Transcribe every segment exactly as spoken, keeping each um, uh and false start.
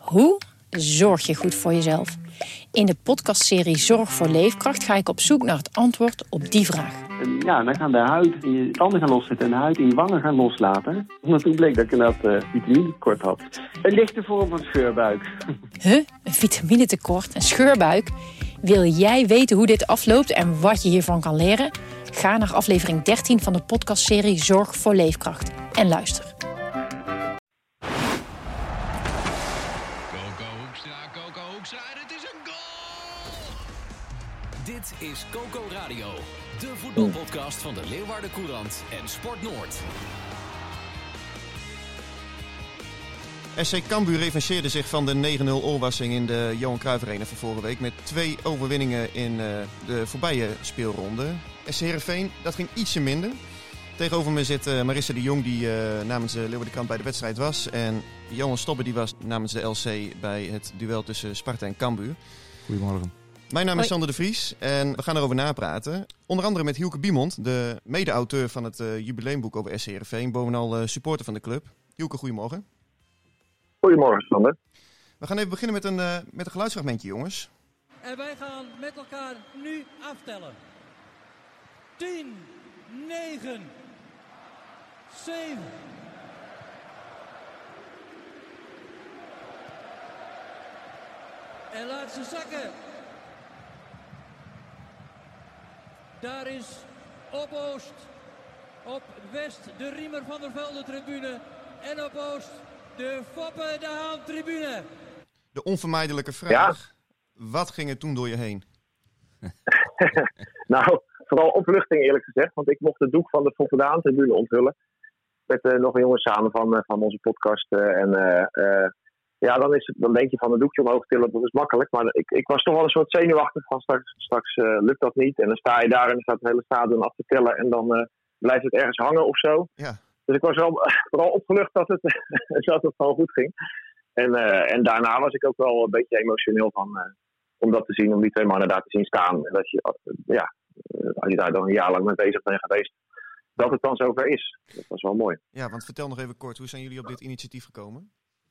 Hoe zorg je goed voor jezelf? In de podcastserie Zorg voor Leefkracht ga ik op zoek naar het antwoord op die vraag. Ja, dan gaan de huid in je tanden gaan loszetten en de huid in je wangen gaan loslaten. Omdat toen bleek dat ik inderdaad uh, vitaminetekort had. Een lichte vorm van scheurbuik. Huh? Een vitaminetekort? Een scheurbuik? Wil jij weten hoe dit afloopt en wat je hiervan kan leren? Ga naar aflevering dertien van de podcastserie Zorg voor Leefkracht en luister. Dit is Coco Radio, de voetbalpodcast van de Leeuwarden Courant en Sport Noord. S C Cambuur revancheerde zich van de negen nul oorwassing in de Johan Cruijff Arena van vorige week met twee overwinningen in uh, de voorbije speelronde. S C Heerenveen, dat ging ietsje minder. Tegenover me zit uh, Marissa de Jong, die uh, namens de Leeuwardenkrant bij de wedstrijd was. En Johan Stobbe, die was namens de L C bij het duel tussen Sparta en Cambuur. Goedemorgen. Mijn naam is Sander de Vries en we gaan erover napraten. Onder andere met Hielke Biemond, de mede-auteur van het uh, jubileumboek over S C Heerenveen. Bovenal uh, supporter van de club. Hielke, goedemorgen. Goedemorgen, Sander. We gaan even beginnen met een, uh, met een geluidsfragmentje, jongens. En wij gaan met elkaar nu aftellen. tien, negen, zeven... En laat ze zakken. Daar is op Oost, op West de Riemer van der Velde tribune en op Oost de Foppe de Haan tribune. De onvermijdelijke vraag, ja. Wat ging er toen door je heen? Nou, vooral opluchting eerlijk gezegd, want ik mocht het doek van de Foppe de Haan tribune onthullen. Met uh, nog een jongen samen van, uh, van onze podcast uh, en... Uh, uh, Ja, dan, is het, dan denk je van een doekje omhoog tillen, dat is makkelijk. Maar ik, ik was toch wel een soort zenuwachtig van straks, straks uh, lukt dat niet. En dan sta je daar en dan staat het hele stadion af te tellen. En dan uh, blijft het ergens hangen of zo. Ja. Dus ik was wel vooral opgelucht dat het, dat het gewoon goed ging. En, uh, en daarna was ik ook wel een beetje emotioneel van, uh, om dat te zien, om die twee mannen daar te zien staan. En dat je, uh, ja, uh, als je daar dan een jaar lang mee bezig bent geweest, dat het dan zover is. Dat was wel mooi. Ja, want vertel nog even kort, hoe zijn jullie op dit initiatief gekomen?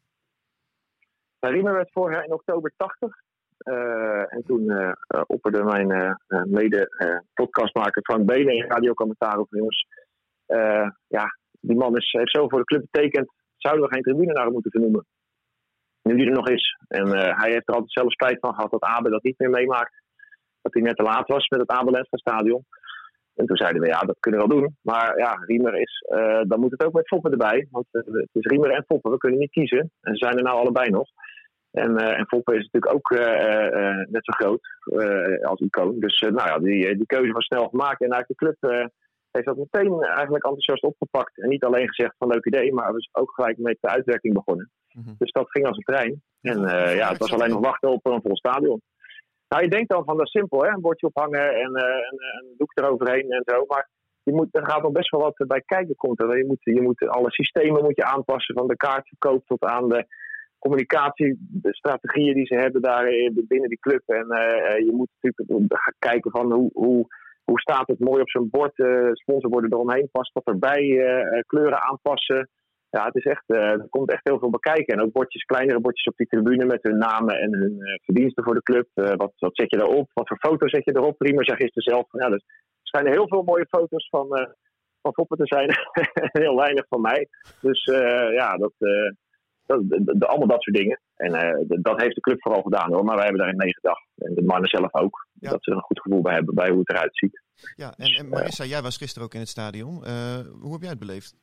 Riemer werd vorig jaar in oktober tachtig. Uh, en toen uh, uh, opperde mijn uh, uh, mede-podcastmaker uh, Frank Benen in radiocommentaar over jongens. Uh, ja, die man is, heeft zo voor de club betekend. Zouden we geen tribune naar hem moeten vernoemen? Nu die er nog is. En uh, hij heeft er altijd zelf spijt van gehad dat Abe dat niet meer meemaakt. Dat hij net te laat was met het Abe Lenstra stadion. En toen zeiden we, ja, dat kunnen we wel doen. Maar ja, Riemer is, uh, dan moet het ook met Foppe erbij. Want uh, het is Riemer en Foppe, we kunnen niet kiezen. En ze zijn er nou allebei nog. En, uh, en Foppe is natuurlijk ook uh, uh, net zo groot uh, als icoon. Dus uh, nou ja, die, die keuze was snel gemaakt. En eigenlijk de club uh, heeft dat meteen eigenlijk enthousiast opgepakt. En niet alleen gezegd van leuk idee, maar we zijn ook gelijk met de uitwerking begonnen. Mm-hmm. Dus dat ging als een trein. En uh, ja, het was alleen nog wachten op een vol stadion. Nou, je denkt dan van dat is simpel, hè? Een bordje ophangen en uh, een, een doek eroverheen en zo. Maar je moet, er gaat nog best wel wat bij kijken komt er. Je moet, je moet alle systemen moet je aanpassen, van de kaartverkoop tot aan de communicatie, de strategieën die ze hebben daar binnen die club. En uh, je moet natuurlijk gaan kijken van hoe, hoe, hoe staat het mooi op zo'n bord. Uh, sponsorborden eromheen, past dat erbij, uh, kleuren aanpassen. Ja, het is echt, uh, er komt echt heel veel bekijken. En ook bordjes, kleinere bordjes op die tribune met hun namen en hun uh, verdiensten voor de club. Uh, wat, wat zet je daarop? Wat voor foto's zet je erop? Riemer zei gisteren zelf. Ja, dus er schijnen heel veel mooie foto's van, uh, van Foppe te zijn. Heel weinig van mij. Dus uh, ja, dat... Uh, Dat, de, de, allemaal dat soort dingen. En uh, de, dat heeft de club vooral gedaan hoor. Maar wij hebben daarin meegedacht. En de mannen zelf ook. Ja. Dat ze er een goed gevoel bij hebben bij hoe het eruit ziet. Ja, en, en Marissa, uh, jij was gisteren ook in het stadion. Uh, hoe heb jij het beleefd?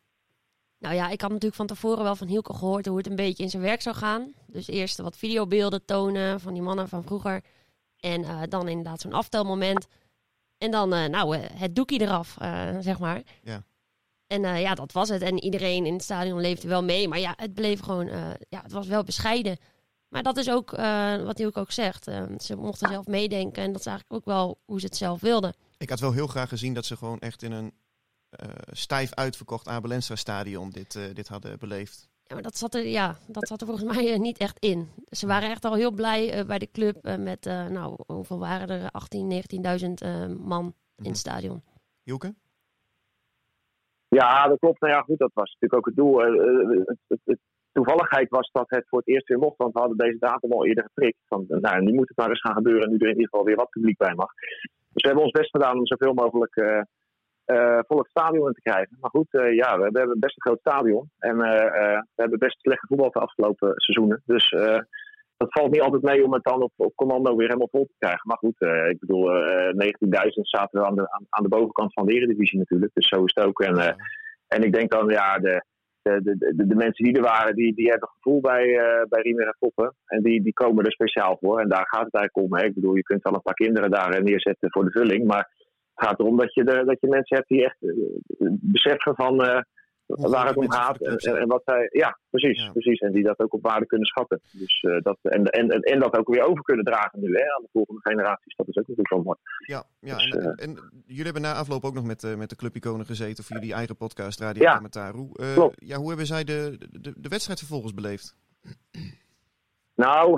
Nou ja, ik had natuurlijk van tevoren wel van Hielke gehoord hoe het een beetje in zijn werk zou gaan. Dus eerst wat videobeelden tonen van die mannen van vroeger. En uh, dan inderdaad zo'n aftelmoment. En dan, uh, nou, uh, het doekje eraf, uh, zeg maar. Ja. En uh, ja, dat was het. En iedereen in het stadion leefde wel mee. Maar ja, het bleef gewoon... Uh, ja, het was wel bescheiden. Maar dat is ook uh, wat Hielke ook zegt. Uh, ze mochten zelf meedenken. En dat is eigenlijk ook wel hoe ze het zelf wilden. Ik had wel heel graag gezien dat ze gewoon echt in een uh, stijf uitverkocht Abe Lenstra stadion dit, uh, dit hadden beleefd. Ja, maar dat zat er, ja, dat zat er volgens mij uh, niet echt in. Ze waren echt al heel blij uh, bij de club. Uh, met, uh, nou, hoeveel waren er? achttien, negentienduizend uh, man mm-hmm. in het stadion. Hielke? Ja, dat klopt. Nou ja, goed, dat was natuurlijk ook het doel. Uh, het, het, het, toevalligheid was dat het voor het eerst weer mocht. Want we hadden deze datum al eerder geprikt. Van, nou, nu moet het maar eens gaan gebeuren. En nu er in ieder geval weer wat publiek bij mag. Dus we hebben ons best gedaan om zoveel mogelijk uh, uh, vol het stadion in te krijgen. Maar goed, uh, ja, we, we hebben best een groot stadion. En uh, uh, we hebben best slecht gevoetbald de afgelopen seizoenen. Dus uh, dat valt niet altijd mee om het dan op, op commando weer helemaal vol te krijgen. Maar goed, uh, ik bedoel, uh, negentienduizend zaten we aan de, aan, aan de bovenkant van de Eredivisie natuurlijk. Dus zo is het ook. En, uh, en ik denk dan, ja, de, de, de, de, de mensen die er waren, die, die hebben gevoel bij, uh, bij Riemer en Foppen. En die, die komen er speciaal voor. En daar gaat het eigenlijk om. Hè. Ik bedoel, je kunt wel een paar kinderen daar neerzetten voor de vulling. Maar het gaat erom dat je, de, dat je mensen hebt die echt uh, beseffen van... Uh, waar het om gaat en, en wat zij. Ja, precies, ja. precies. En die dat ook op waarde kunnen schatten. Dus, uh, dat, en, en, en dat ook weer over kunnen dragen nu hè, aan de volgende generaties. Dat is ook natuurlijk wel mooi. Ja, ja dus, en, uh, en jullie hebben na afloop ook nog met, uh, met de clubiconen gezeten voor jullie eigen podcast Radio ja, Commentaar. Hoe, uh, ja, hoe hebben zij de, de, de wedstrijd vervolgens beleefd? Nou,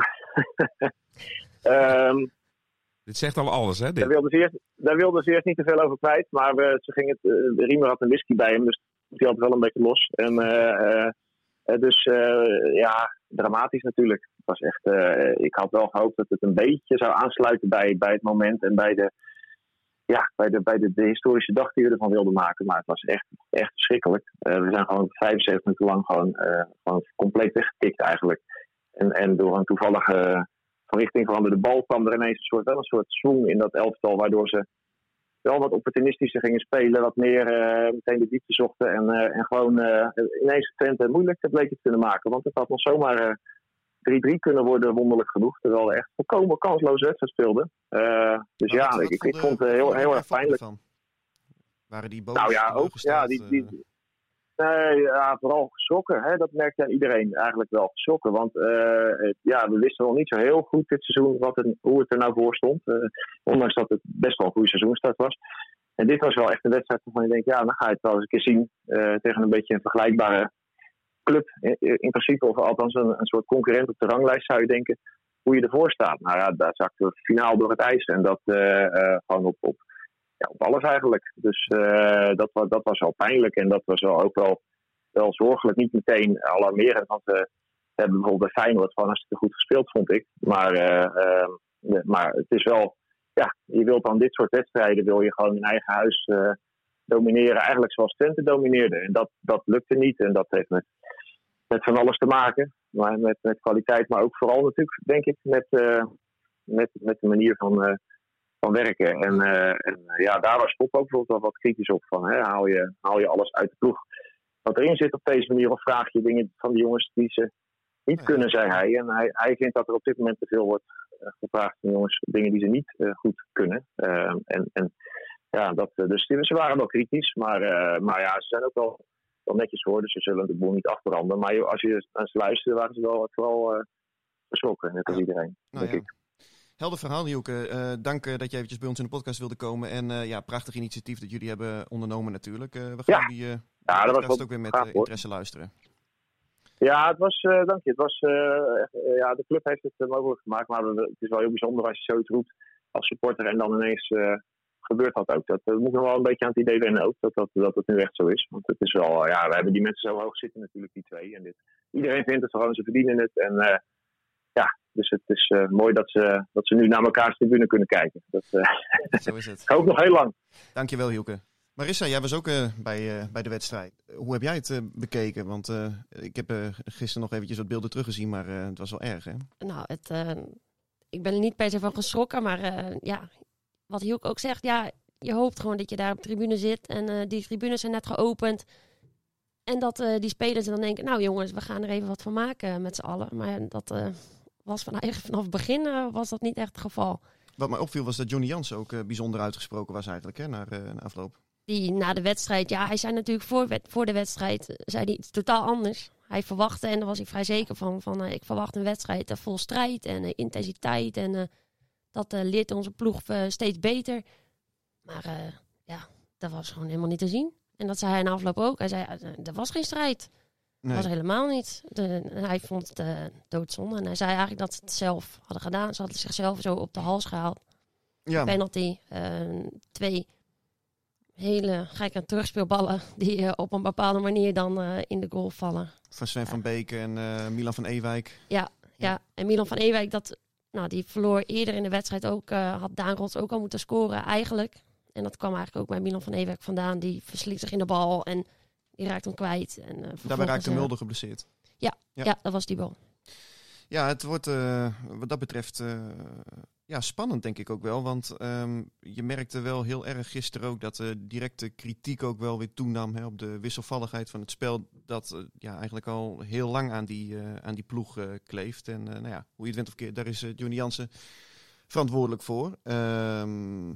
um, dit zegt al alles, hè? Dit. Daar wilden ze eerst, daar wilden ze eerst niet te veel over kwijt. Maar we, ze gingen het, uh, Riemer had een whisky bij hem, dus die had wel een beetje los. En, uh, uh, dus uh, ja, dramatisch natuurlijk. Het was echt, uh, ik had wel gehoopt dat het een beetje zou aansluiten bij, bij het moment en bij de, ja, bij de, bij de, de historische dag die we ervan wilden maken. Maar het was echt, echt verschrikkelijk. Uh, we zijn gewoon vijfenzeventig minuten lang gewoon, uh, gewoon compleet weggetikt eigenlijk. En, en door een toevallige van richting veranderde bal kwam er ineens een soort, wel een soort swing in dat elftal, waardoor ze wel wat opportunistischer gingen spelen, wat meer uh, meteen de diepte zochten en, uh, en gewoon uh, ineens Twente moeilijk bleek te kunnen maken. Want het had nog zomaar uh, drie drie kunnen worden, wonderlijk genoeg, terwijl we echt volkomen kansloze wedstrijd speelden. Uh, dus maar ja, wat, ik, wat ik, ik vond het heel, heel erg pijnlijk. Van? Waren die boos? Nou ja, ook, ja, die, die, nee, ja, vooral geschrokken. Hè? Dat merkte aan iedereen eigenlijk wel geschrokken. Want uh, ja, we wisten nog niet zo heel goed dit seizoen wat het, hoe het er nou voor stond. Uh, ondanks dat het best wel een goede seizoenstart was. En dit was wel echt een wedstrijd waarvan je denkt, ja, dan ga je het wel eens een keer zien. Uh, tegen een beetje een vergelijkbare club. In, in principe, of althans een, een soort concurrent op de ranglijst zou je denken. Hoe je ervoor staat. Nou ja, daar zakten we finaal door het ijs. En dat uh, uh, gewoon op... op Ja, op alles eigenlijk. Dus uh, dat, was, dat was wel pijnlijk en dat was wel ook wel, wel zorgelijk. Niet meteen alarmerend, want uh, we hebben bijvoorbeeld bij Feyenoord gewoon hartstikke goed gespeeld, vond ik. Maar, uh, uh, maar het is wel, ja, je wilt dan dit soort wedstrijden, wil je gewoon in eigen huis uh, domineren. Eigenlijk zoals Twente domineerde. En dat, dat lukte niet en dat heeft met, met van alles te maken. Maar met, met kwaliteit, maar ook vooral natuurlijk, denk ik, met, uh, met, met de manier van... Uh, van werken. En, uh, en uh, ja, daar was Pop ook bijvoorbeeld wel wat kritisch op. Van, hè, haal, je, haal je alles uit de ploeg wat erin zit op deze manier, of vraag je dingen van de jongens die ze niet kunnen, zei hij. En hij, hij vindt dat er op dit moment te veel wordt uh, gevraagd van jongens, dingen die ze niet uh, goed kunnen. Uh, en, en ja, dat, uh, dus ze waren wel kritisch, maar, uh, maar ja, ze zijn ook wel, wel netjes voor, dus ze zullen de boel niet afbranden. Maar als je naar ze luisterde, waren ze wel vooral uh, verschrokken, net als ja. iedereen, nou, denk ja. ik. Helder verhaal, Hielke. Uh, dank uh, dat je eventjes bij ons in de podcast wilde komen. En uh, ja, prachtig initiatief dat jullie hebben ondernomen natuurlijk. Uh, we gaan ja. jullie uh, ja, dat was ook weer met uh, interesse luisteren. Ja, het was, uh, dank je. Het was, uh, uh, ja, de club heeft het uh, mogelijk gemaakt. Maar we, het is wel heel bijzonder als je zoiets roept als supporter en dan ineens uh, gebeurt dat ook. Dat uh, moet nog wel een beetje aan het idee wennen ook, dat, dat, dat het nu echt zo is. Want het is wel, uh, ja, we hebben die mensen zo hoog zitten natuurlijk, die twee. En dit, iedereen vindt het gewoon, ze verdienen het. En uh, ja, dus het is uh, mooi dat ze, dat ze nu naar elkaars tribune kunnen kijken. Dat, uh, Zo is het. Ook nog heel lang. Dankjewel, Hielke. Marissa, jij was ook uh, bij, uh, bij de wedstrijd. Hoe heb jij het uh, bekeken? Want uh, ik heb uh, gisteren nog eventjes wat beelden teruggezien, maar uh, het was wel erg, hè? Nou, het, uh, ik ben er niet per se van geschrokken, maar uh, ja, wat Hielke ook zegt, ja, je hoopt gewoon dat je daar op de tribune zit en uh, die tribunes zijn net geopend. En dat uh, die spelers dan denken, nou jongens, we gaan er even wat van maken met z'n allen. Maar dat uh, was van, eigenlijk vanaf het begin uh, was dat niet echt het geval. Wat mij opviel was dat Johnny Jans ook uh, bijzonder uitgesproken was eigenlijk, hè, naar, uh, naar afloop. Die na de wedstrijd, ja, hij zei natuurlijk voor, voor de wedstrijd, zei hij iets totaal anders. Hij verwachtte, en daar was hij vrij zeker van, van uh, ik verwacht een wedstrijd uh, vol strijd en uh, intensiteit. En uh, dat uh, leert onze ploeg uh, steeds beter. Maar uh, ja, dat was gewoon helemaal niet te zien. En dat zei hij na afloop ook. Hij zei, uh, er was geen strijd. Nee. Dat was helemaal niet. De, hij vond het uh, doodzonde. En hij zei eigenlijk dat ze het zelf hadden gedaan. Ze hadden zichzelf zo op de hals gehaald. Ja. Penalty, uh, twee... hele gekke terugspeelballen die uh, op een bepaalde manier dan uh, in de goal vallen. Van Sven ja. van Beek en uh, Milan van Ewijk. Ja, ja. ja, en Milan van Ewijk, dat, nou, die verloor eerder in de wedstrijd ook. Uh, had Daan Rots ook al moeten scoren eigenlijk. En dat kwam eigenlijk ook bij Milan van Ewijk vandaan. Die versliet zich in de bal en die raakt hem kwijt. En, uh, Daarbij raakte Mulder geblesseerd. Ja, ja. ja, dat was die bal. Ja, het wordt uh, wat dat betreft uh, ja, spannend denk ik ook wel. Want um, je merkte wel heel erg gisteren ook dat de uh, directe kritiek ook wel weer toenam hè, op de wisselvalligheid van het spel. Dat uh, ja, eigenlijk al heel lang aan die, uh, aan die ploeg uh, kleeft. En uh, nou ja, hoe je het went of keert, daar is uh, Johnny Jansen verantwoordelijk voor. Um,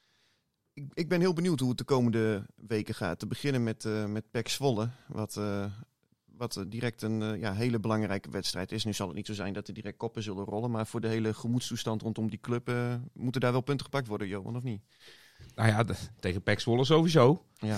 ik, ik ben heel benieuwd hoe het de komende weken gaat. Te beginnen met, uh, met P E C Zwolle, wat... Uh, Wat direct een uh, ja, hele belangrijke wedstrijd is. Nu zal het niet zo zijn dat er direct koppen zullen rollen. Maar voor de hele gemoedstoestand rondom die club... Uh, moeten daar wel punten gepakt worden, Johan, of niet? Nou ja, de, tegen P E C Zwolle sowieso. Ja.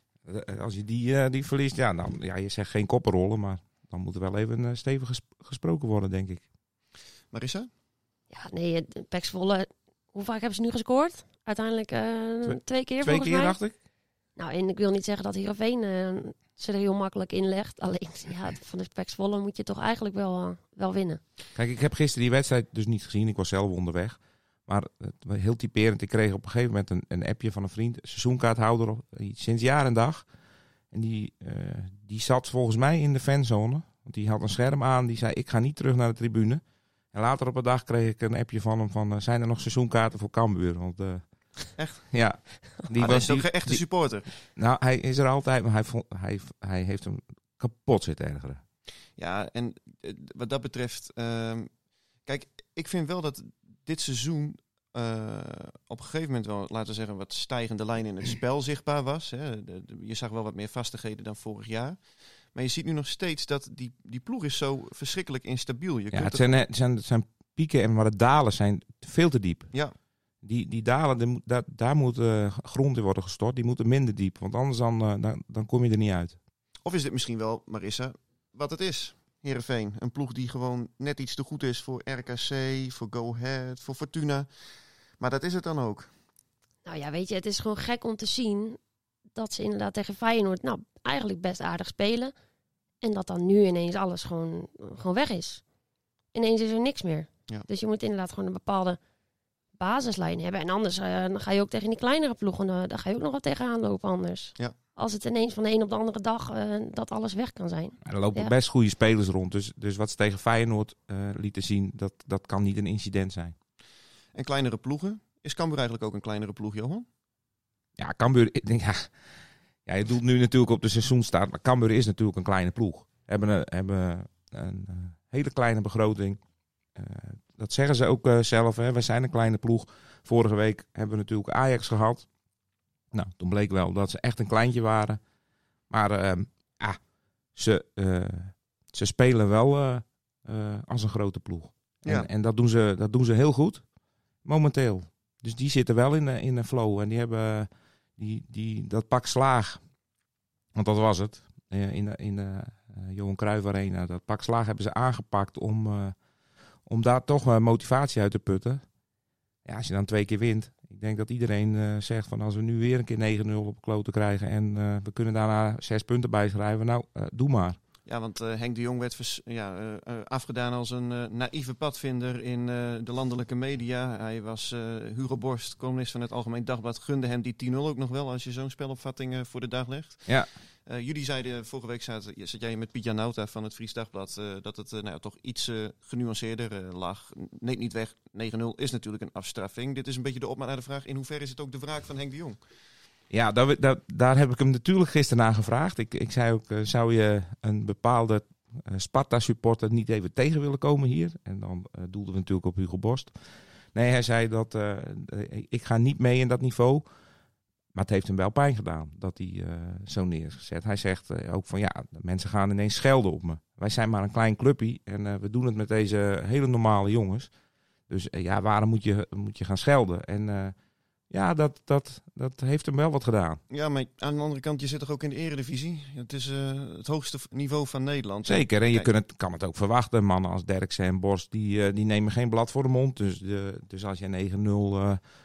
Als je die, uh, die verliest, ja, dan, ja, je zegt geen koppen rollen. Maar dan moet er wel even uh, stevig ges- gesproken worden, denk ik. Marissa? Ja, nee, P E C Zwolle... Hoe vaak hebben ze nu gescoord? Uiteindelijk uh, twee, twee keer, twee volgens keer, mij. dacht ik. Nou, en ik wil niet zeggen dat Heerenveen... Uh, ze er heel makkelijk in legt. Alleen ja, van de P E C Zwolle moet je toch eigenlijk wel, uh, wel winnen. Kijk, ik heb gisteren die wedstrijd dus niet gezien. Ik was zelf onderweg. Maar het was heel typerend. Ik kreeg op een gegeven moment een, een appje van een vriend. Seizoenkaarthouder op, sinds jaar en dag. En die, uh, die zat volgens mij in de fanzone. Want die had een scherm aan. Die zei, ik ga niet terug naar de tribune. En later op een dag kreeg ik een appje van hem van... Uh, zijn er nog seizoenkaarten voor Cambuur? Want... Uh, Echt? Ja. Die ah, was is ook geen echte die, supporter. Nou, hij is er altijd, maar hij, vond, hij, hij heeft hem kapot zitten ergeren. Ja, en wat dat betreft... Uh, kijk, ik vind wel dat dit seizoen... Uh, op een gegeven moment wel, laten we zeggen... wat stijgende lijn in het spel zichtbaar was. Hè. De, de, je zag wel wat meer vastigheden dan vorig jaar. Maar je ziet nu nog steeds dat die, die ploeg is zo verschrikkelijk instabiel. Je ja, het zijn, het, zijn, het zijn pieken en maar de dalen zijn veel te diep. Ja. Die, die dalen, die, daar, daar moet uh, grond in worden gestort. Die moeten minder diep. Want anders dan, uh, dan, dan kom je er niet uit. Of is dit misschien wel, Marissa, wat het is? Heerenveen. Een ploeg die gewoon net iets te goed is voor R K C, voor Go Ahead, voor Fortuna. Maar dat is het dan ook. Nou ja, weet je, het is gewoon gek om te zien... dat ze inderdaad tegen Feyenoord nou, eigenlijk best aardig spelen. En dat dan nu ineens alles gewoon, gewoon weg is. Ineens is er niks meer. Ja. Dus je moet inderdaad gewoon een bepaalde... basislijn hebben. En anders uh, dan ga je ook tegen die kleinere ploegen, uh, daar ga je ook nog wat tegenaan lopen anders. Ja. Als het ineens van de een op de andere dag uh, dat alles weg kan zijn. Ja, er lopen ja. best goede spelers rond. Dus, dus wat ze tegen Feyenoord uh, lieten zien, dat, dat kan niet een incident zijn. En kleinere ploegen? Is Cambuur eigenlijk ook een kleinere ploeg, Johan? Ja, Cambuur... Ja, ja, je doelt nu natuurlijk op de seizoenstart, maar Cambuur is natuurlijk een kleine ploeg. Hebben een, hebben een uh, hele kleine begroting. Uh, Dat zeggen ze ook uh, zelf. Hè. Wij zijn een kleine ploeg. Vorige week hebben we natuurlijk Ajax gehad. Nou, toen bleek wel dat ze echt een kleintje waren. Maar uh, ah, ze, uh, ze spelen wel uh, uh, als een grote ploeg. Ja. En, en dat, doen ze, dat doen ze heel goed. Momenteel. Dus die zitten wel in, uh, in een flow. En die hebben uh, die, die, dat pak slaag. Want dat was het. Uh, in de, in de uh, Johan Cruijff Arena. Dat pak slaag hebben ze aangepakt om... Uh, Om daar toch uh, motivatie uit te putten. Ja, als je dan twee keer wint. Ik denk dat iedereen uh, zegt van als we nu weer een keer negen nul op kloten krijgen. En uh, we kunnen daarna zes punten bijschrijven. Nou, uh, doe maar. Ja, want uh, Henk de Jong werd vers- ja, uh, uh, afgedaan als een uh, naïeve padvinder in uh, de landelijke media. Hij was uh, Hugo Borst, columnist van het Algemeen Dagblad. Gunde hem die tien nul ook nog wel als je zo'n spelopvatting uh, voor de dag legt. Ja. Uh, jullie zeiden, vorige week zat, zat jij met Piet Jan Nauta van het Fries Dagblad, uh, dat het uh, nou ja, toch iets uh, genuanceerder uh, lag. Neemt niet weg, negen nul is natuurlijk een afstraffing. Dit is een beetje de opmaat naar de vraag, in hoeverre is het ook de wraak van Henk de Jong? Ja, daar, daar, daar heb ik hem natuurlijk gisteren naar gevraagd. Ik, ik zei ook, uh, zou je een bepaalde uh, Sparta-supporter niet even tegen willen komen hier? En dan uh, doelden we natuurlijk op Hugo Borst. Nee, hij zei dat uh, ik ga niet mee in dat niveau. Maar het heeft hem wel pijn gedaan dat hij uh, zo neer is gezet. Hij zegt uh, ook van ja, de mensen gaan ineens schelden op me. Wij zijn maar een klein clubje en uh, we doen het met deze hele normale jongens. Dus uh, ja, waarom moet je, moet je gaan schelden? En uh, ja, dat, dat, dat heeft hem wel wat gedaan. Ja, maar aan de andere kant, je zit toch ook in de eredivisie? Het is uh, het hoogste niveau van Nederland. Zeker, en je Kijk. kunt het, kan het ook verwachten. Mannen als Derksen en Borst, die, uh, die nemen geen blad voor de mond. Dus, de, dus als je negen nul uh,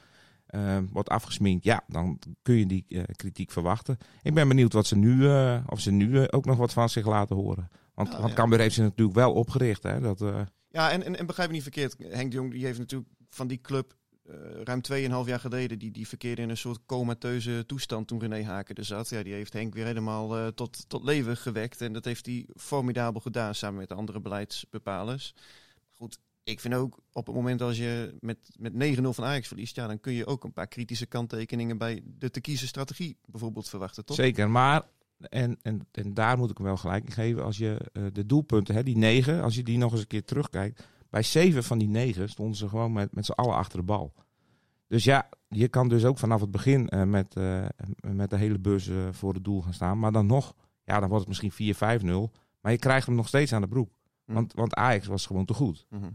uh, wordt afgesminkt, ja, dan kun je die uh, kritiek verwachten. Ik ben benieuwd wat ze nu, uh, of ze nu uh, ook nog wat van zich laten horen. Want, ja, want ja. Cambuur heeft ze natuurlijk wel opgericht. Hè, dat, uh... Ja, en, en, en begrijp me niet verkeerd. Henk de Jong die heeft natuurlijk van die club uh, ruim tweeënhalf jaar geleden, die, die verkeerde in een soort comateuze toestand toen René Haken er zat. Ja, die heeft Henk weer helemaal uh, tot, tot leven gewekt. En dat heeft hij formidabel gedaan samen met de andere beleidsbepalers. Goed, ik vind ook op het moment als je met, met negen nul van Ajax verliest, ja, dan kun je ook een paar kritische kanttekeningen bij de te kiezen strategie bijvoorbeeld verwachten, toch? Zeker, maar en, en, en daar moet ik hem wel gelijk in geven. Als je uh, de doelpunten, hè, die negen, als je die nog eens een keer terugkijkt, bij zeven van die negen stonden ze gewoon met, met z'n allen achter de bal. Dus ja, je kan dus ook vanaf het begin uh, met, uh, met de hele bus uh, voor het doel gaan staan. Maar dan nog, ja, dan wordt het misschien vier vijf nul. Maar je krijgt hem nog steeds aan de broek. Mm. Want, want Ajax was gewoon te goed. Mm-hmm.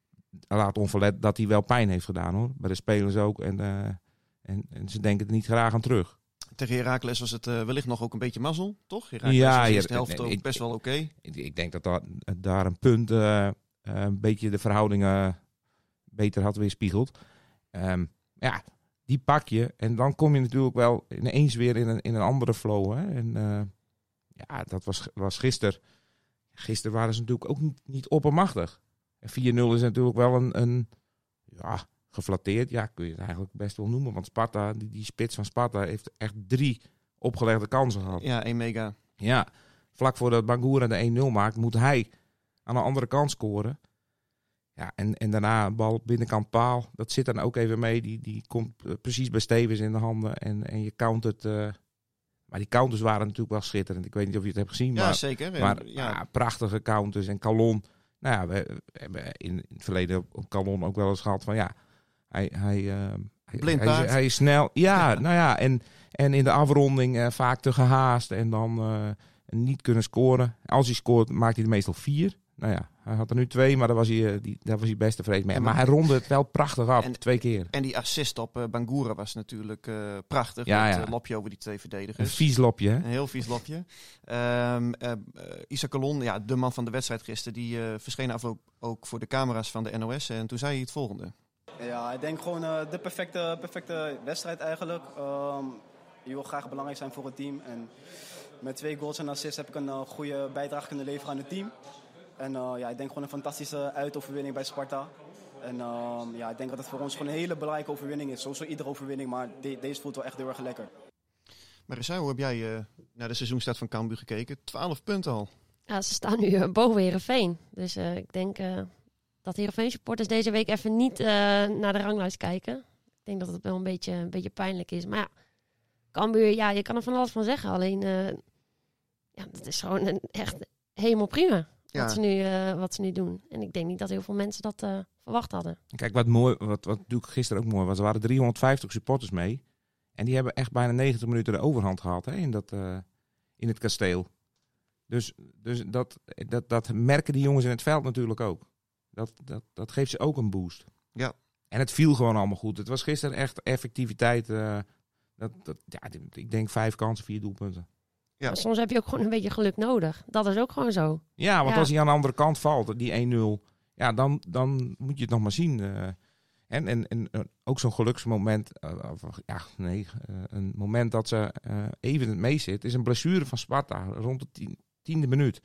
Laat onverlet dat hij wel pijn heeft gedaan, hoor. Bij de spelers ook. En, uh, en, en ze denken er niet graag aan terug. Tegen Heracles was het uh, wellicht nog ook een beetje mazzel, toch? Heracles ja, was de ja, eerste helft nee, ook ik, best wel oké. Okay. Ik, ik denk dat daar, daar een punt uh, uh, een beetje de verhoudingen beter had weerspiegeld. Um, ja, die pak je. En dan kom je natuurlijk wel ineens weer in een, in een andere flow. Hè? En uh, ja, dat was, was gisteren. Gisteren waren ze natuurlijk ook niet, niet oppermachtig. En vier nul is natuurlijk wel een, een ja, geflatteerd. Ja, kun je het eigenlijk best wel noemen. Want Sparta, die, die spits van Sparta heeft echt drie opgelegde kansen gehad. Ja, één mega. Ja, vlak voordat Bangura de één nul maakt, moet hij aan de andere kant scoren. Ja, en, en daarna een bal binnenkant paal. Dat zit dan ook even mee. Die, die komt uh, precies bij Stevens in de handen. En, en je countert. Uh, maar die counters waren natuurlijk wel schitterend. Ik weet niet of je het hebt gezien. Ja, maar, zeker. En, maar ja. ja, prachtige counters. En Calon. Nou ja, we, we hebben in, in het verleden op Calon ook wel eens gehad van ja. Hij, hij, uh, hij, hij, hij is snel. Ja, ja. nou ja. En, en in de afronding uh, vaak te gehaast. En dan uh, niet kunnen scoren. Als hij scoort, maakt hij er meestal vier. Nou ja, hij had er nu twee, maar daar was hij, die, daar was hij best tevreden mee. Maar hij ronde het wel prachtig af, en, twee keer. En die assist op uh, Bangura was natuurlijk uh, prachtig. Ja, met ja. uh, lopje over die twee verdedigers. Een vies lopje, hè? Een heel vies lopje. Um, uh, uh, Issa Calon, ja, de man van de wedstrijd gisteren, die uh, verscheen afloop ook voor de camera's van de N O S. En toen zei hij het volgende. Ja, ik denk gewoon uh, de perfecte, perfecte wedstrijd eigenlijk. Um, je wil graag belangrijk zijn voor het team. En met twee goals en assists heb ik een uh, goede bijdrage kunnen leveren aan het team. En uh, ja, ik denk gewoon een fantastische uitoverwinning bij Sparta. En uh, ja, ik denk dat het voor ons gewoon een hele belangrijke overwinning is. Sowieso iedere overwinning, maar de- deze voelt wel echt heel erg lekker. Marissa, hoe heb jij uh, naar de seizoenstart van Cambuur gekeken? twaalf punten al. Ja, ze staan nu uh, boven Heerenveen. Dus uh, ik denk uh, dat Heerenveen supporters deze week even niet uh, naar de ranglijst kijken. Ik denk dat het wel een beetje, een beetje pijnlijk is. Maar ja, Cambuur, ja, je kan er van alles van zeggen. Alleen, uh, ja, dat is gewoon een, echt helemaal prima. Ja. Wat, ze nu, uh, wat ze nu doen. En ik denk niet dat heel veel mensen dat uh, verwacht hadden. Kijk, wat mooi, wat, wat natuurlijk gisteren ook mooi was, er waren driehonderdvijftig supporters mee. En die hebben echt bijna negentig minuten de overhand gehad, hè, in, dat, uh, in het kasteel. Dus, dus dat, dat, dat merken die jongens in het veld natuurlijk ook. Dat, dat, dat geeft ze ook een boost. Ja. En het viel gewoon allemaal goed. Het was gisteren echt effectiviteit. Uh, dat, dat, ja, ik denk vijf kansen, vier doelpunten. Ja. Maar soms heb je ook gewoon een beetje geluk nodig. Dat is ook gewoon zo. Ja, want Ja. als hij aan de andere kant valt, die één nul, ja, dan, dan moet je het nog maar zien. Uh, en, en, en uh, ook zo'n geluksmoment, uh, of, ja, nee, uh, een moment dat ze uh, even het mee zit, is een blessure van Sparta rond de tien, tiende minuut.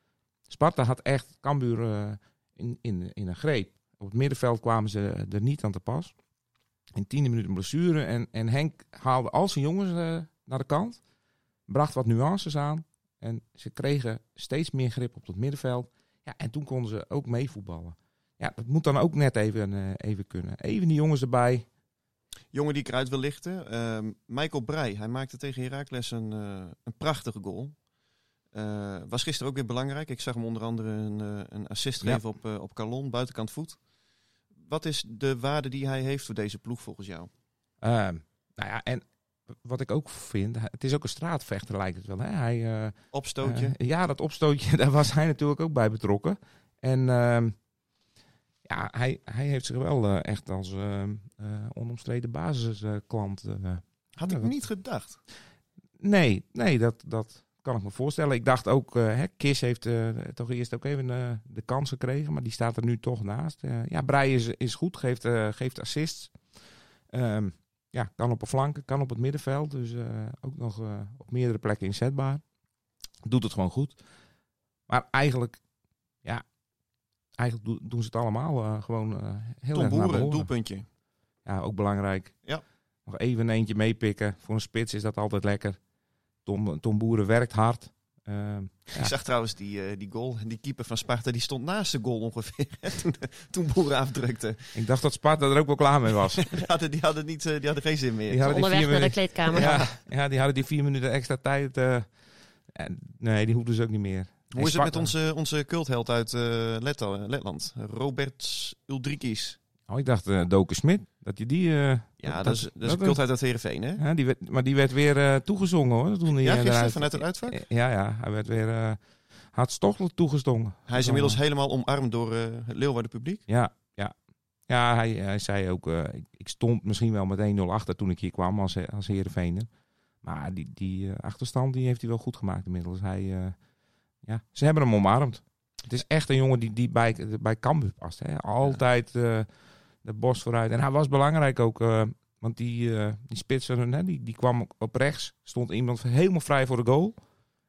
Sparta had echt Cambuur uh, in, in, in een greep. Op het middenveld kwamen ze er niet aan te pas. In tiende minuut een blessure en, en Henk haalde al zijn jongens uh, naar de kant. Bracht wat nuances aan. En ze kregen steeds meer grip op het middenveld. Ja, en toen konden ze ook meevoetballen. Ja, dat moet dan ook net even, uh, even kunnen. Even die jongens erbij. Jongen die ik eruit wil lichten. Uh, Michael Breij. Hij maakte tegen Heracles een, uh, een prachtige goal. Uh, was gisteren ook weer belangrijk. Ik zag hem onder andere een, uh, een assist Ja. geven op, uh, op Calon, buitenkant voet. Wat is de waarde die hij heeft voor deze ploeg volgens jou? Uh, nou ja, en wat ik ook vind, het is ook een straatvechter lijkt het wel. Hè? Hij, uh, Opstootje. Uh, ja, dat opstootje, daar was hij natuurlijk ook bij betrokken. En uh, ja, hij, hij heeft zich wel uh, echt als uh, uh, onomstreden basisklant. Uh, Had ja, ik wat... niet gedacht. Nee, nee, dat, dat kan ik me voorstellen. Ik dacht ook, uh, hè, Kis heeft uh, toch eerst ook even uh, de kans gekregen, maar die staat er nu toch naast. Uh, ja, Breij is, is goed, geeft, uh, geeft assists. Um, ja, kan op de flanken, kan op het middenveld. Dus uh, ook nog uh, op meerdere plekken inzetbaar. Doet het gewoon goed. Maar eigenlijk, ja, eigenlijk do- doen ze het allemaal uh, gewoon uh, heel Tom erg naar Boeren, behoren. doelpuntje. Ja, ook belangrijk. Ja. Nog even een eentje meepikken. Voor een spits is dat altijd lekker. Tom, Tom Boeren werkt hard. Uh, ja. Ik zag trouwens die, uh, die goal. Die keeper van Sparta die stond naast de goal ongeveer. toen, toen Boeren afdrukte. Ik dacht dat Sparta er ook wel klaar mee was. die, hadden, die, hadden niet, uh, die hadden geen zin meer. Die hadden die Onderweg vier naar de minuten- kleedkamer. Ja, ja, die hadden die vier minuten extra tijd. Uh, en, nee, die hoefden ze ook niet meer. Hoe is het met onze, onze cultheld uit uh, Let- Letland? Robert Uldrikis. Oh, ik dacht uh, Doke Smit. Dat je die... Uh, Ja, dat, dat is, dat is een cultheld uit Heerenveen, hè? Ja, die werd, maar die werd weer uh, toegezongen, hoor. Toen hij, Ja, uh, gisteren eruit- vanuit het uitvak? Ja, ja. Hij werd weer uh, hartstochtelijk toegezongen. Hij is inmiddels helemaal omarmd door uh, het Leeuwarden publiek. Ja, ja. Ja, hij, hij zei ook... Uh, ik, ik stond misschien wel met één nul achter toen ik hier kwam als, als Heerenveener. Maar die, die uh, achterstand die heeft hij wel goed gemaakt inmiddels. Hij, uh, ja, ze hebben hem omarmd. Het is echt een jongen die, die bij, bij Cambuur past. Hè. Altijd uh, de borst vooruit. En hij was belangrijk ook... Uh, Want die, uh, die spitser, hè, die, die kwam op rechts. Stond iemand helemaal vrij voor de goal.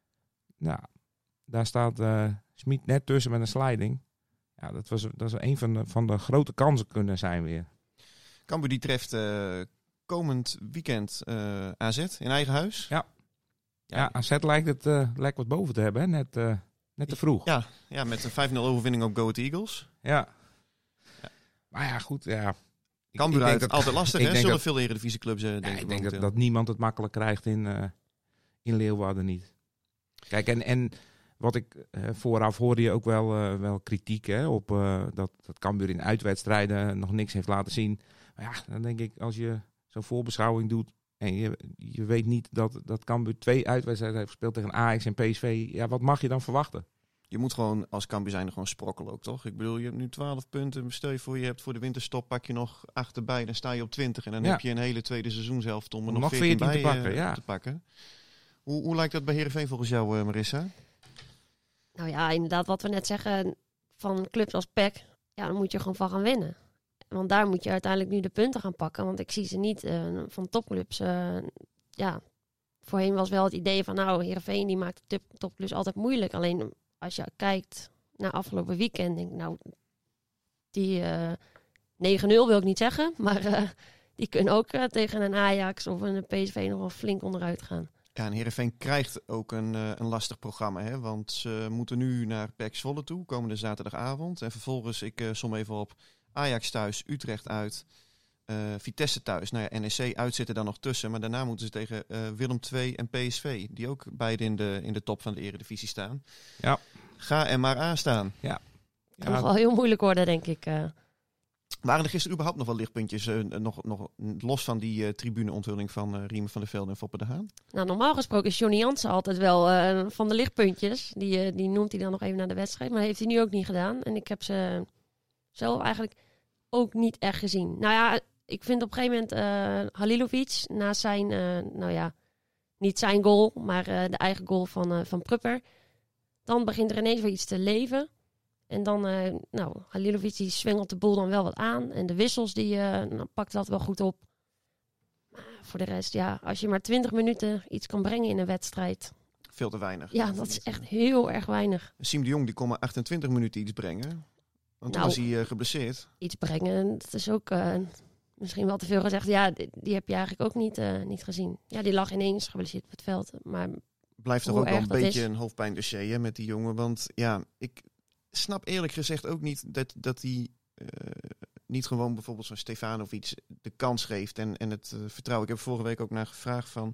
Nou, daar staat uh, Smit net tussen met een sliding. Ja, dat was, dat was een van de, van de grote kansen kunnen zijn weer. Cambuur die treft uh, komend weekend uh, A Z in eigen huis. Ja, ja. ja A Z lijkt het uh, lijkt wat boven te hebben, hè? Net, uh, net te vroeg. Ja, ja, met een vijf nul overwinning op Go Ahead Eagles. Ja. ja. Maar ja, goed, ja... Cambuur uit, dat, altijd lastig, hè? Zullen dat, veel Eredivisieclubs, uh, denk ja, ik. Ik denk dat, dat niemand het makkelijk krijgt in, uh, in Leeuwarden niet. Kijk, en, en wat ik uh, vooraf hoorde je ook wel, uh, wel kritiek hè, op uh, dat, dat Cambuur in uitwedstrijden nog niks heeft laten zien. Maar ja, dan denk ik, als je zo'n voorbeschouwing doet en je, je weet niet dat, dat Cambuur twee uitwedstrijden heeft gespeeld tegen Ajax en P S V, ja, wat mag je dan verwachten? Je moet gewoon als Cambuur zijnde gewoon sprokkelen ook, toch? Ik bedoel, je hebt nu twaalf punten. Stel je voor, je hebt voor de winterstop, pak je nog achterbij. Dan sta je op twintig. En dan ja. heb je een hele tweede seizoenshelft om er nog, nog veertien bij te pakken. Uh, ja. te pakken. Hoe, hoe lijkt dat bij Heerenveen volgens jou, uh, Marissa? Nou ja, inderdaad, wat we net zeggen van clubs als P E C. Ja, dan moet je gewoon van gaan winnen. Want daar moet je uiteindelijk nu de punten gaan pakken. Want ik zie ze niet uh, van topclubs. Uh, ja, voorheen was wel het idee van, nou, Heerenveen die maakt de topclubs altijd moeilijk. Alleen... Als je kijkt naar afgelopen weekend, denk ik, nou, die uh, negen nul wil ik niet zeggen, maar uh, die kunnen ook uh, tegen een Ajax of een P S V nog wel flink onderuit gaan. Ja, en Heerenveen krijgt ook een, uh, een lastig programma, hè? Want ze moeten nu naar P E C Zwolle toe, komende zaterdagavond. En vervolgens, ik uh, som even op, Ajax thuis, Utrecht uit, uh, Vitesse thuis. Nou ja, N E C uit zitten dan nog tussen, maar daarna moeten ze tegen uh, Willem twee en P S V, die ook beide in de, in de top van de Eredivisie staan. Ja. Ga er maar aan staan. Ja. Het kan ja. wel heel moeilijk worden, denk ik. Uh. Waren er gisteren überhaupt nog wel lichtpuntjes, uh, nog, nog los van die uh, tribuneonthulling van uh, Riemen van der Velde en Foppe de Haan? Nou, normaal gesproken is Johnny Jansen altijd wel uh, van de lichtpuntjes. Die, uh, die noemt hij dan nog even naar de wedstrijd, maar dat heeft hij nu ook niet gedaan. En ik heb ze zelf eigenlijk ook niet echt gezien. Nou ja, ik vind op een gegeven moment uh, Halilovic, na zijn, uh, nou ja, niet zijn goal, maar uh, de eigen goal van, uh, van Prupper. Dan begint er ineens weer iets te leven. En dan, uh, nou, Halilovic die zwengelt de boel dan wel wat aan. En de wissels, die uh, nou, pakt dat wel goed op. Maar voor de rest, ja, als je maar twintig minuten iets kan brengen in een wedstrijd. Veel te weinig. Ja, dat is echt heel erg weinig. Siem de Jong, die kon maar achtentwintig minuten iets brengen. Want toen nou, was hij uh, geblesseerd. Iets brengen, dat is ook uh, misschien wel te veel gezegd. Ja, die, die heb je eigenlijk ook niet, uh, niet gezien. Ja, die lag ineens geblesseerd op het veld. Maar blijft toch ook wel een beetje is. een hoofdpijndossier hè, met die jongen. Want ja, ik snap eerlijk gezegd ook niet dat, dat hij uh, niet gewoon bijvoorbeeld zo'n Stefanovic de kans geeft. En, en het uh, vertrouwen. Ik heb vorige week ook naar gevraagd van...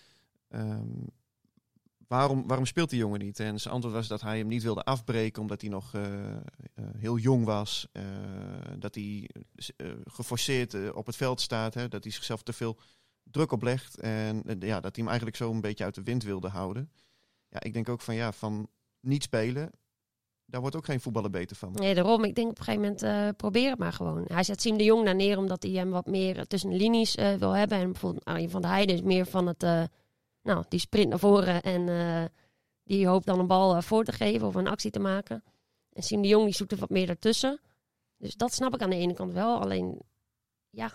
Um, waarom, waarom speelt die jongen niet? En zijn antwoord was dat hij hem niet wilde afbreken omdat hij nog uh, uh, heel jong was. Uh, dat hij uh, geforceerd uh, op het veld staat. Hè, dat hij zichzelf te veel druk oplegt. En uh, ja, dat hij hem eigenlijk zo een beetje uit de wind wilde houden. Ja, ik denk ook van ja, van niet spelen, daar wordt ook geen voetballer beter van. Nee, daarom. Ik denk op een gegeven moment uh, probeer het maar gewoon. Hij zet Siem de Jong daar neer omdat hij hem wat meer tussen de linies uh, wil hebben. En bijvoorbeeld Arjen van der Heijden is meer van het... Uh, Nou, die sprint naar voren en uh, die hoopt dan een bal uh, voor te geven of een actie te maken. En Siem de Jong die zoekt er wat meer ertussen. Dus dat snap ik aan de ene kant wel. Alleen, ja, ik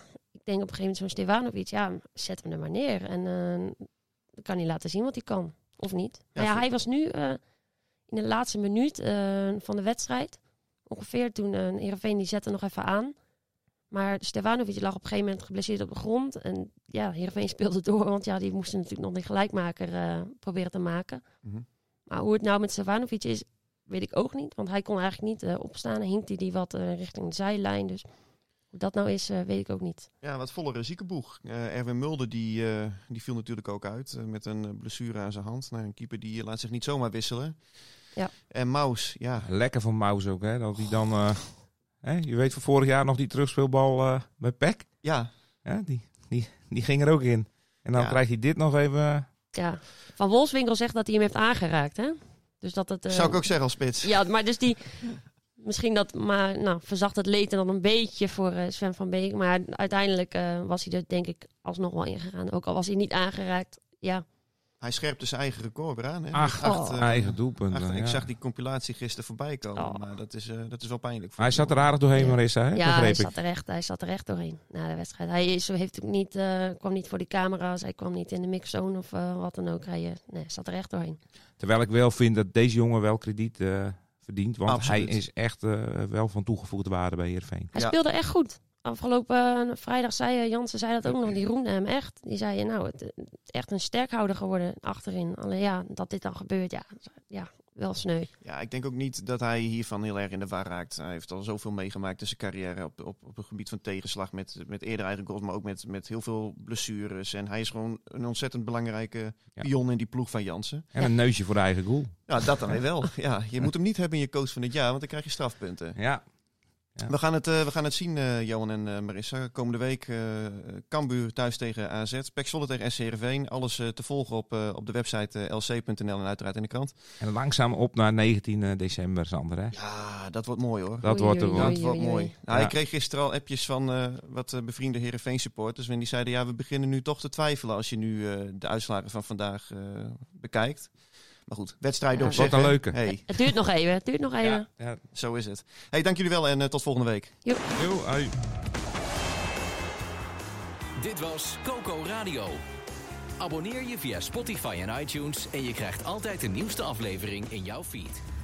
denk op een gegeven moment zo'n Stevanovic, ja, zet hem er maar neer. En uh, dan kan hij laten zien wat hij kan. Of niet. Ja, maar ja, hij was nu uh, in de laatste minuut uh, van de wedstrijd. Ongeveer toen uh, Heerenveen die zette nog even aan. Maar Stevanovic lag op een gegeven moment geblesseerd op de grond. En ja, Heerenveen speelde door. Want ja, die moesten natuurlijk nog die gelijkmaker uh, proberen te maken. Mm-hmm. Maar hoe het nou met Stevanovic is, weet ik ook niet. Want hij kon eigenlijk niet uh, opstaan. En hinkte die wat uh, richting de zijlijn. Dus hoe dat nou is, uh, weet ik ook niet. Ja, wat vollere ziekenboeg. Uh, Erwin Mulder die, uh, die viel natuurlijk ook uit. Uh, met een blessure aan zijn hand. Nou, een keeper die laat zich niet zomaar wisselen. Ja. En Maus, ja. Lekker van Maus ook, hè. Dat hij dan... Uh, hè, je weet van vorig jaar nog die terugspeelbal uh, bij P E C. Ja. Ja, die, die, die ging er ook in. En dan ja. krijgt hij dit nog even... Uh... Ja. Van Wolfswinkel zegt dat hij hem heeft aangeraakt, hè. Dus dat het... Uh... Zou ik ook zeggen als spits. Ja, maar dus die... Misschien dat, maar nou, verzacht het leed dan een beetje voor uh, Sven van Beek. Maar uiteindelijk uh, was hij er denk ik alsnog wel ingegaan. Ook al was hij niet aangeraakt, ja. Hij scherpte zijn eigen record weer aan. Hè? Ach, acht, uh, eigen doelpunten. Acht, ja. Ik zag die compilatie gisteren voorbij komen. Oh. Maar dat is, uh, dat is wel pijnlijk. Voor hij zat er aardig doorheen, ja. Marissa. Hè? Ja, hij zat, ik. er echt, hij zat er echt doorheen na de wedstrijd. Hij is, heeft ook niet, uh, kwam niet voor die camera's. Hij kwam niet in de mixzone of uh, wat dan ook. Hij uh, nee, zat er echt doorheen. Terwijl ik wel vind dat deze jongen wel krediet uh, verdient. Want Absoluut. hij is echt uh, wel van toegevoegde waarde bij Heerenveen. Hij ja. speelde echt goed. Afgelopen uh, vrijdag zei uh, Jansen zei dat ook nog. Die roemde hem echt. Die zei, nou, het, het echt een sterkhouder geworden achterin. Alleen ja, dat dit dan gebeurt, ja, ja, wel sneu. Ja, ik denk ook niet dat hij hiervan heel erg in de war raakt. Hij heeft al zoveel meegemaakt in zijn carrière op, op, op het gebied van tegenslag. Met, met eerder eigen goals, maar ook met, met heel veel blessures. En hij is gewoon een ontzettend belangrijke ja. pion in die ploeg van Jansen. En een neusje voor de eigen goal. Ja, dat dan weer wel. Ja, je moet hem niet hebben in je coach van het jaar, want dan krijg je strafpunten. Ja. Ja. We, gaan het, uh, we gaan het zien, uh, Johan en uh, Marissa. Komende week uh, Cambuur thuis tegen A Z. P E C Zwolle tegen S C Heerenveen. Alles uh, te volgen op, uh, op de website uh, l c punt n l en uiteraard in de krant. En langzaam op naar negentien december, Sander. Hè? Ja, dat wordt mooi hoor. Dat oei, wordt, oei, wordt, dat wordt mooi. Nou, ja. Ik kreeg gisteren al appjes van uh, wat uh, bevriende Heerenveen supporters. En die zeiden, ja, we beginnen nu toch te twijfelen als je nu uh, de uitslagen van vandaag uh, bekijkt. Maar goed, wedstrijden ja. op zich. Wat een leuke. Hey. Het duurt nog even, het duurt nog even. Ja, ja. Zo is het. Hey, dank jullie wel en uh, tot volgende week. Jo. Jo, hey. Dit was Coco Radio. Abonneer je via Spotify en iTunes en je krijgt altijd de nieuwste aflevering in jouw feed.